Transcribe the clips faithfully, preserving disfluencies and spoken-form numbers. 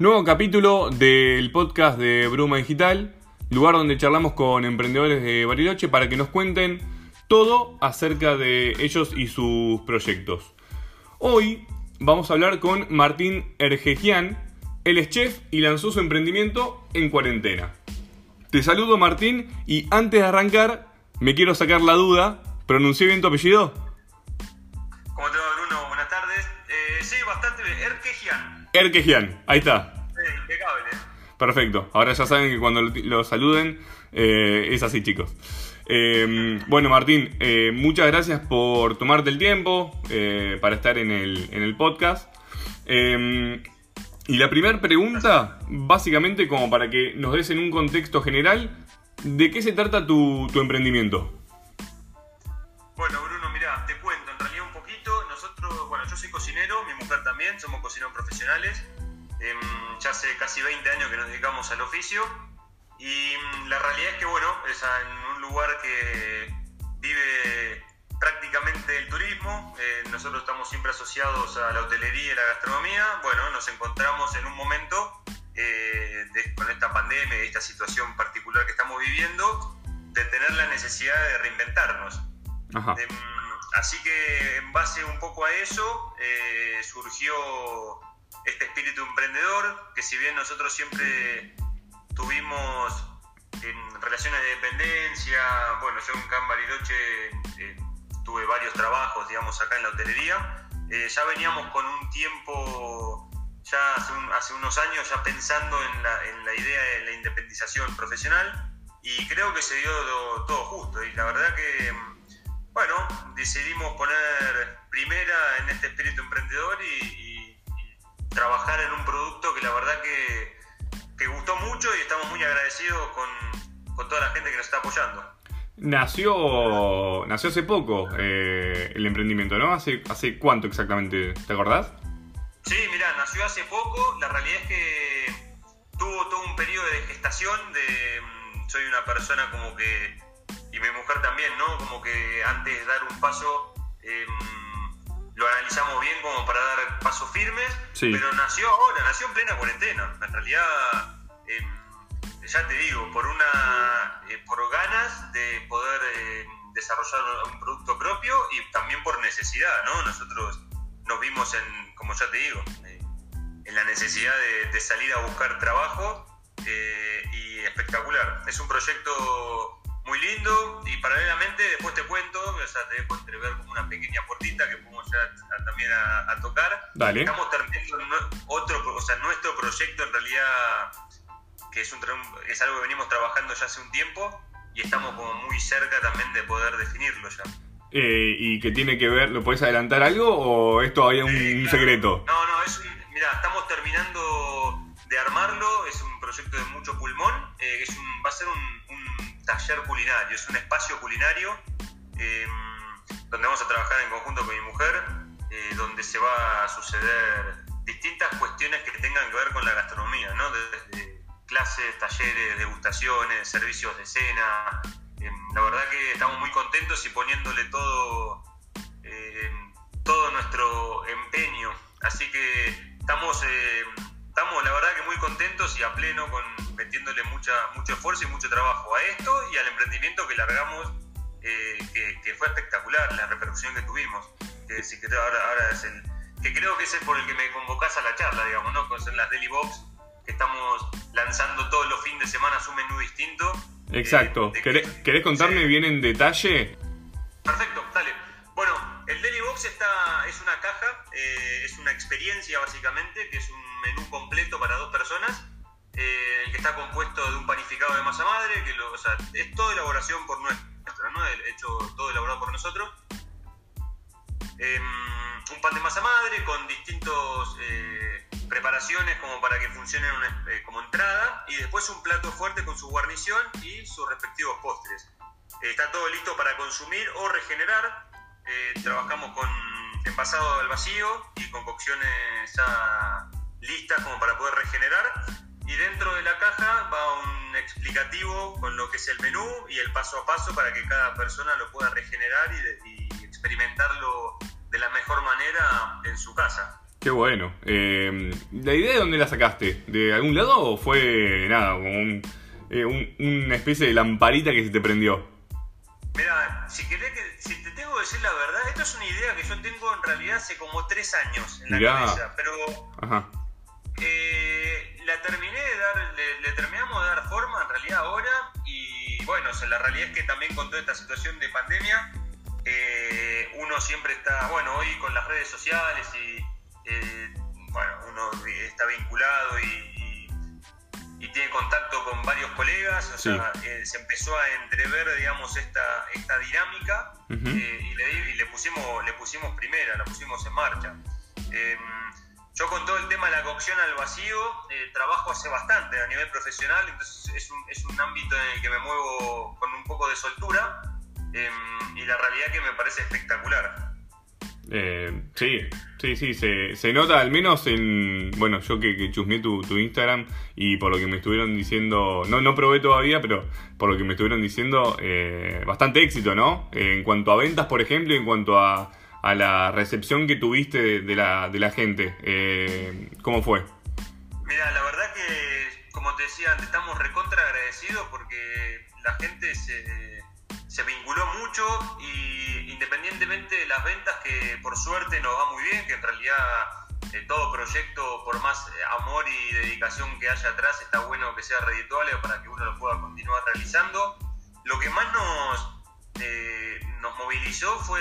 Nuevo capítulo del podcast de Bruma Digital, lugar donde charlamos con emprendedores de Bariloche para que nos cuenten todo acerca de ellos y sus proyectos. Hoy vamos a hablar con Martín Ergejian. Él es chef y lanzó su emprendimiento en cuarentena. Te saludo, Martín, y antes de arrancar me quiero sacar la duda. ¿Pronuncié bien tu apellido? ¿Cómo te va, Bruno? Buenas tardes. Eh, sí, bastante bien. Ergejian. Ergejian, ahí está. Sí, impecable. Perfecto. Ahora ya saben que cuando lo saluden eh, es así, chicos. Eh, bueno, Martín, eh, muchas gracias por tomarte el tiempo eh, para estar en el, en el podcast. Eh, y la primera pregunta, básicamente como para que nos des en un contexto general, ¿de qué se trata tu, tu emprendimiento? Bueno, Bruno, mirá, te cuento en realidad un poquito. Nosotros, bueno, yo soy cocinero, mi mujer también, somos cocineros profesionales. Eh, ya hace casi veinte años que nos dedicamos al oficio. Y la realidad es que, bueno, es en un lugar que vive prácticamente el turismo. Eh, nosotros estamos siempre asociados a la hotelería y la gastronomía. Bueno, nos encontramos en un momento eh, de, con esta pandemia y esta situación particular que estamos viviendo, de tener la necesidad de reinventarnos. Ajá. Eh, así que en base un poco a eso eh, surgió este espíritu emprendedor, que si bien nosotros siempre tuvimos en relaciones de dependencia, bueno, yo acá en Bariloche eh, tuve varios trabajos, digamos, acá en la hotelería, eh, ya veníamos con un tiempo, ya hace, un, hace unos años, ya pensando en la, en la idea de la independización profesional, y creo que se dio todo, todo justo, y la verdad que, bueno, decidimos poner primera en este espíritu emprendedor y, y, y trabajar en un producto que la verdad que que gustó mucho y estamos muy agradecidos con, con toda la gente que nos está apoyando. Nació nació hace poco eh, el emprendimiento, ¿no? ¿Hace, ¿Hace cuánto exactamente? ¿Te acordás? Sí, mirá, nació hace poco. La realidad es que tuvo todo un periodo de gestación. De, soy una persona como que, y mi mujer también, ¿no? Como que antes de dar un paso eh, lo analizamos bien como para dar pasos firmes, sí. Pero nació ahora, nació en plena cuarentena. En realidad, eh, ya te digo, por una eh, por ganas de poder eh, desarrollar un producto propio y también por necesidad, ¿no? Nosotros nos vimos en, como ya te digo, eh, en la necesidad de, de salir a buscar trabajo eh, y espectacular. Es un proyecto muy lindo y paralelamente después te cuento, o sea, te dejo entrever como una pequeña puertita que podemos ya a, también a, a tocar. Dale. Estamos terminando otro, o sea, nuestro proyecto en realidad, que es, un, es algo que venimos trabajando ya hace un tiempo y estamos como muy cerca también de poder definirlo ya. Eh, ¿Y qué tiene que ver? ¿Lo podés adelantar algo o es todavía un, eh, un claro. secreto? No, no, es un, mirá, estamos terminando de armarlo, es un proyecto de mucho pulmón, eh, es un, va a ser un, un taller culinario, es un espacio culinario eh, donde vamos a trabajar en conjunto con mi mujer, eh, donde se va a suceder distintas cuestiones que tengan que ver con la gastronomía, ¿no? Desde clases, talleres, degustaciones, servicios de cena. Eh, la verdad que estamos muy contentos y poniéndole todo, eh, todo nuestro empeño, así que estamos... Eh, Estamos, la verdad, que muy contentos y a pleno, con metiéndole mucha, mucho esfuerzo y mucho trabajo a esto y al emprendimiento que largamos, eh, que, que fue espectacular la repercusión que tuvimos. Que, sí, que, ahora, ahora es el, que creo que es el por el que me convocás a la charla, digamos, ¿no? Con las Deli Box, que estamos lanzando todos los fines de semana un menú distinto. Exacto. Eh, ¿Querés, que, ¿Querés contarme sí. bien en detalle? Perfecto, dale. Bueno, el Deli Box está, es una caja, eh, es una experiencia básicamente, que es un menú completo para dos personas, eh, que está compuesto de un panificado de masa madre, que lo, o sea, es toda elaboración por nuestra, ¿no? Hecho todo elaborado por nosotros. Eh, un pan de masa madre con distintas eh, preparaciones como para que funcionen una, eh, como entrada, y después un plato fuerte con su guarnición y sus respectivos postres. Eh, está todo listo para consumir o regenerar. Eh, trabajamos con envasado al vacío y con cocciones ya listas como para poder regenerar, y dentro de la caja va un explicativo con lo que es el menú y el paso a paso para que cada persona lo pueda regenerar y, de, y experimentarlo de la mejor manera en su casa. Qué bueno. Eh, ¿La idea de dónde la sacaste? ¿De algún lado o fue nada, como un, eh, un, una especie de lamparita que se te prendió? Mira, si querés que, si te tengo que decir la verdad, esto es una idea que yo tengo en realidad hace como tres años en la Mirá. cabeza, pero Ajá. eh, la terminé de dar, le, le terminamos de dar forma en realidad ahora, y bueno, o sea, la realidad es que también con toda esta situación de pandemia, eh, uno siempre está, bueno, hoy con las redes sociales y Eh, bueno, uno está vinculado y, y, y tiene contacto con varios colegas, o sí. sea, eh, se empezó a entrever, digamos, esta, esta dinámica, uh-huh. eh, y, le, y le pusimos le pusimos primera, la pusimos en marcha. Eh, yo con todo el tema de la cocción al vacío eh, trabajo hace bastante a nivel profesional, entonces es un, es un ámbito en el que me muevo con un poco de soltura, eh, y la realidad que me parece espectacular. Eh, sí, sí, sí, se, se nota al menos en, bueno, yo que, que chusmeé tu, tu Instagram y por lo que me estuvieron diciendo, no, no probé todavía, pero por lo que me estuvieron diciendo, eh, bastante éxito, ¿no? Eh, en cuanto a ventas, por ejemplo, y en cuanto a, a la recepción que tuviste de, de, la, de la gente, eh, ¿cómo fue? Mira, la verdad que, como te decía antes, estamos recontra agradecidos porque la gente se... se vinculó mucho y independientemente de las ventas, que por suerte nos va muy bien, que en realidad eh, todo proyecto, por más amor y dedicación que haya atrás, está bueno que sea redituable para que uno lo pueda continuar realizando. Lo que más nos, eh, nos movilizó fue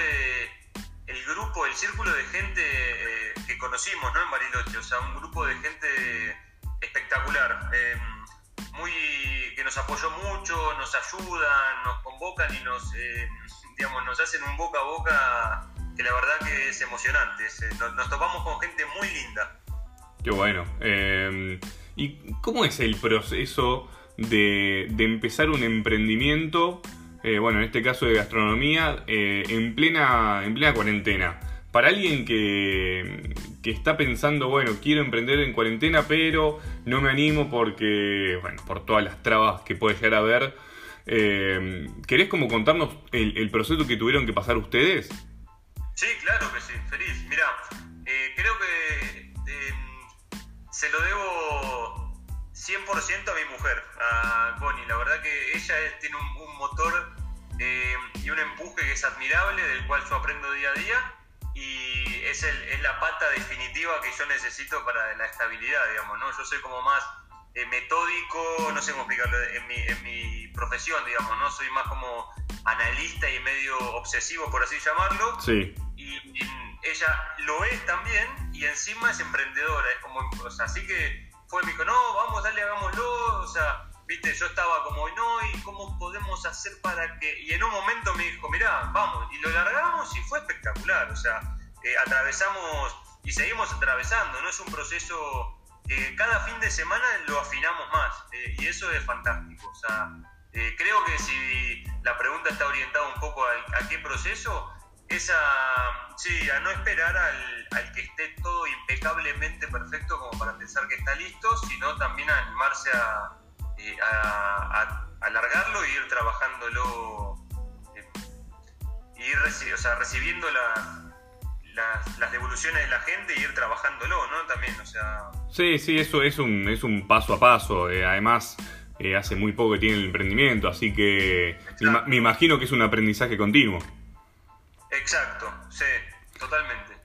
el grupo, el círculo de gente eh, que conocimos, ¿no? En Bariloche, o sea, un grupo de gente espectacular. Eh, muy que nos apoyó mucho, nos ayudan, nos convocan y nos eh, digamos nos hacen un boca a boca que la verdad que es emocionante. Es, nos, nos topamos con gente muy linda. Qué bueno. Eh, ¿Y cómo es el proceso de, de empezar un emprendimiento, eh, bueno, en este caso de gastronomía, eh, en plena en plena cuarentena? Para alguien que, que está pensando, bueno, quiero emprender en cuarentena, pero no me animo porque, bueno, por todas las trabas que puede llegar a haber, eh, ¿querés como contarnos el, el proceso que tuvieron que pasar ustedes? Sí, claro que sí, feliz. Mirá, eh, creo que eh, se lo debo cien por ciento a mi mujer, a Connie. La verdad que ella es, tiene un, un motor eh, y un empuje que es admirable, del cual yo aprendo día a día. Y es, el, es la pata definitiva que yo necesito para la estabilidad, digamos, ¿no? Yo soy como más eh, metódico, no sé cómo explicarlo, en mi, en mi profesión, digamos, ¿no? Soy más como analista y medio obsesivo, por así llamarlo. Sí. Y, y ella lo es también, y encima es emprendedora, es como, o sea, así que fue, me dijo, no, vamos, dale, hagámoslo, o sea, viste, yo estaba como, no, ¿y cómo podemos hacer para que...? Y en un momento me dijo, mirá, vamos, y lo largamos y fue espectacular, o sea, eh, atravesamos y seguimos atravesando, ¿no? Es un proceso que cada fin de semana lo afinamos más, eh, y eso es fantástico, o sea, eh, creo que si la pregunta está orientada un poco a, a qué proceso, es a, sí, a no esperar al, al que esté todo impecablemente perfecto como para pensar que está listo, sino también a animarse a... Eh, a, a alargarlo y ir trabajándolo, eh, y ir reci- o sea, recibiendo la, la, las devoluciones de la gente y ir trabajándolo, ¿no? También, o sea... Sí, sí, eso es un, es un paso a paso. Eh, además, eh, hace muy poco que tiene el emprendimiento, así que me, me imagino que es un aprendizaje continuo. Exacto, sí, totalmente.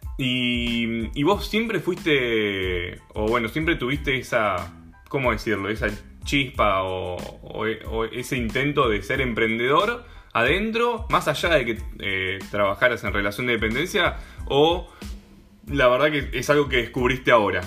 Y, y vos siempre fuiste, o bueno, siempre tuviste esa, ¿cómo decirlo? Esa chispa o, o, o ese intento de ser emprendedor adentro, más allá de que eh, trabajaras en relación de dependencia, o la verdad que es algo que descubriste ahora.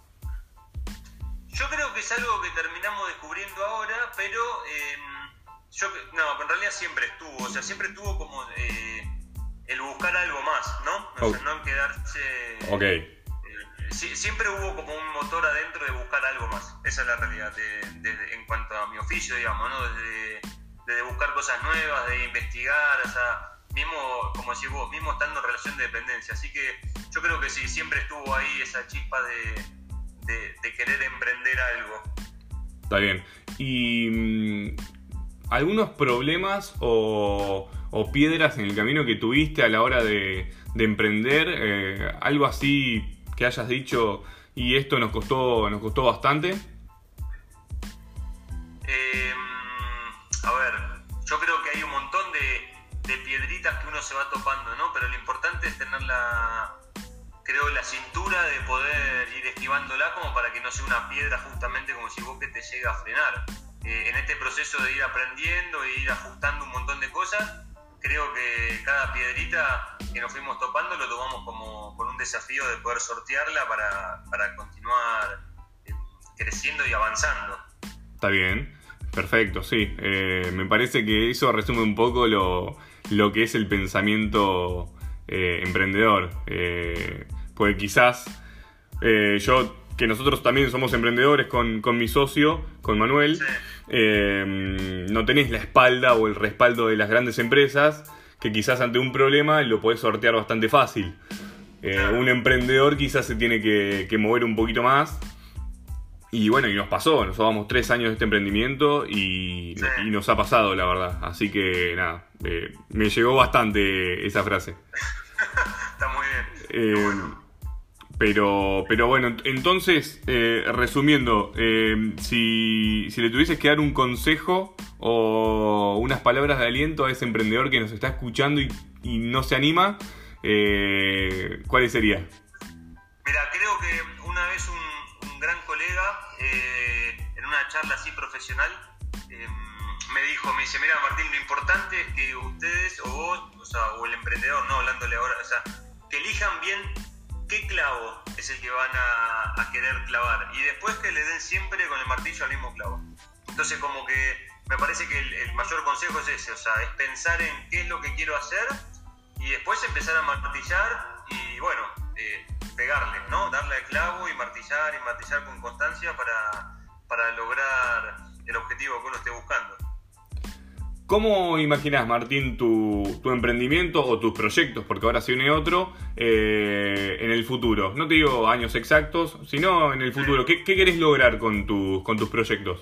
Yo creo que es algo que terminamos descubriendo ahora, pero eh, yo no, en realidad siempre estuvo, o sea, siempre estuvo como eh, el buscar algo más, ¿no? O oh. sea, no quedarse... Ok. Siempre hubo como un motor adentro de buscar algo más. Esa es la realidad de, de, de, en cuanto a mi oficio, digamos, ¿no? Desde, desde buscar cosas nuevas, de investigar, o sea, mismo, como decís vos, mismo estando en relación de dependencia. Así que yo creo que sí, siempre estuvo ahí esa chispa de, de, de querer emprender algo. Está bien. ¿Y mmm, algunos problemas o, o piedras en el camino que tuviste a la hora de, de emprender? Eh, algo así... que que hayas dicho, y esto nos costó, nos costó bastante? Eh, a ver, yo creo que hay un montón de, de piedritas que uno se va topando, ¿no? Pero lo importante es tener la, creo, la cintura de poder ir esquivándola como para que no sea una piedra justamente como si vos que te llega a frenar. Eh, en este proceso de ir aprendiendo e ir ajustando un montón de cosas, creo que cada piedrita que nos fuimos topando lo tomamos como con un desafío de poder sortearla para, para continuar eh, creciendo y avanzando. Está bien, perfecto, sí. Eh, me parece que eso resume un poco lo, lo que es el pensamiento eh, emprendedor. Eh, porque quizás eh, yo, que nosotros también somos emprendedores con, con mi socio, con Manuel, sí. eh, no tenés la espalda o el respaldo de las grandes empresas, que quizás ante un problema lo podés sortear bastante fácil. Eh, claro. Un emprendedor quizás se tiene que, que mover un poquito más. Y bueno, y nos pasó, nos llevamos tres años de este emprendimiento y, sí. y nos ha pasado, la verdad. Así que nada, eh, me llegó bastante esa frase. Está muy bien. Eh, bueno. Pero, pero bueno, entonces, eh, resumiendo, eh, si, si le tuvieses que dar un consejo o unas palabras de aliento a ese emprendedor que nos está escuchando y, y no se anima, eh, ¿cuáles serían? Mira, creo que una vez un, un gran colega, eh, en una charla así profesional, eh, me dijo, me dice, mira Martín, lo importante es que ustedes o vos, o sea, o el emprendedor, no hablándole ahora, o sea, que elijan bien qué clavo es el que van a, a querer clavar y después que le den siempre con el martillo al mismo clavo. Entonces como que me parece que el, el mayor consejo es ese, o sea, es pensar en qué es lo que quiero hacer y después empezar a martillar y bueno, eh, pegarle, ¿no? Darle al clavo y martillar y martillar con constancia para, para lograr el objetivo que uno esté buscando. ¿Cómo imaginás, Martín, tu, tu emprendimiento o tus proyectos, porque ahora se une otro, eh, en el futuro? No te digo años exactos, sino en el futuro. ¿Qué, qué querés lograr con, tu, con tus proyectos?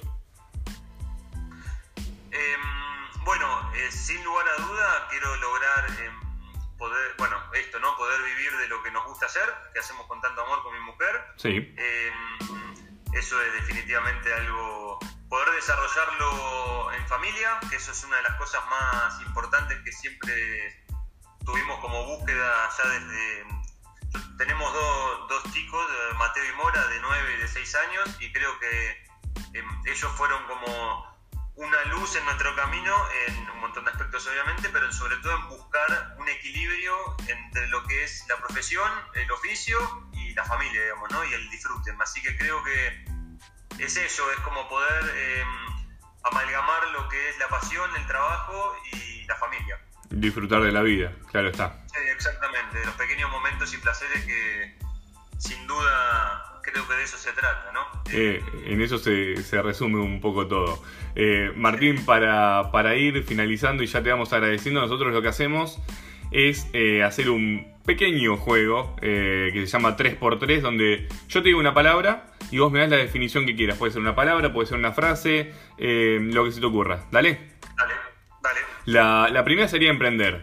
Eh, bueno, eh, sin lugar a duda quiero lograr eh, poder, bueno, esto, ¿no? Poder vivir de lo que nos gusta hacer, que hacemos con tanto amor con mi mujer. Sí. Eh, eso es definitivamente algo... Poder desarrollarlo en familia, que eso es una de las cosas más importantes que siempre tuvimos como búsqueda ya desde... Tenemos dos, dos chicos, Mateo y Mora, de nueve y de seis años, y creo que eh, ellos fueron como una luz en nuestro camino, en un montón de aspectos obviamente, pero sobre todo en buscar un equilibrio entre lo que es la profesión, el oficio y la familia, digamos, ¿no? Y el disfrute. Así que creo que es eso, es como poder eh, amalgamar lo que es la pasión, el trabajo y la familia. Disfrutar de la vida, claro está. Sí, exactamente, de los pequeños momentos y placeres que sin duda creo que de eso se trata, ¿no? Eh, en eso se, se resume un poco todo. Eh, Martín, sí. para, para ir finalizando y ya te vamos agradeciendo, nosotros lo que hacemos es eh, hacer un pequeño juego eh, que se llama tres por tres, donde yo te digo una palabra y vos me das la definición que quieras. Puede ser una palabra, puede ser una frase, eh, lo que se te ocurra. ¿Dale? Dale, dale. La, la primera sería emprender.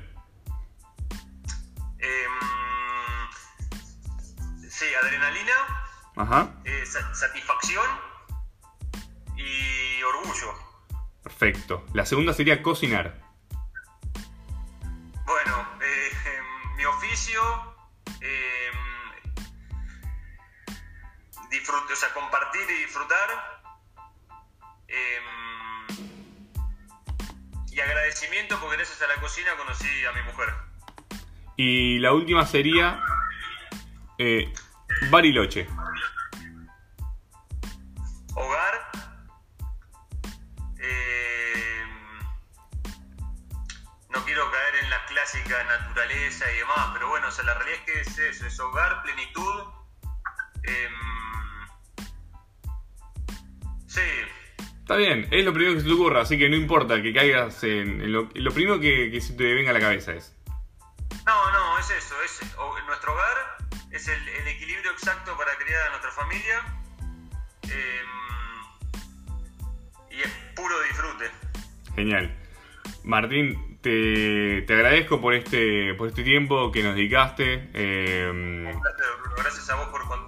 Eh, sí, adrenalina. Ajá. Eh, satisfacción y orgullo. Perfecto. La segunda sería cocinar. Bueno, eh, eh, mi oficio, eh, disfrute, o sea, compartir y disfrutar, eh, y agradecimiento porque gracias a la cocina conocí a mi mujer. Y la última sería eh, Bariloche. Hogar. No quiero caer en la clásica naturaleza y demás, pero bueno, o sea, la realidad es que es eso, es hogar, plenitud. Eh, sí. Está bien, es lo primero que se te ocurra, así que no importa que caigas en, en, lo, en lo primero que, que se te venga a la cabeza es. No, no, es eso, es o, nuestro hogar, es el, el equilibrio exacto para criar a nuestra familia. Eh, y es puro disfrute. Genial. Martín, te, te agradezco por este, por este tiempo que nos dedicaste. Eh, Un placer, Bruno. Gracias a vos por contar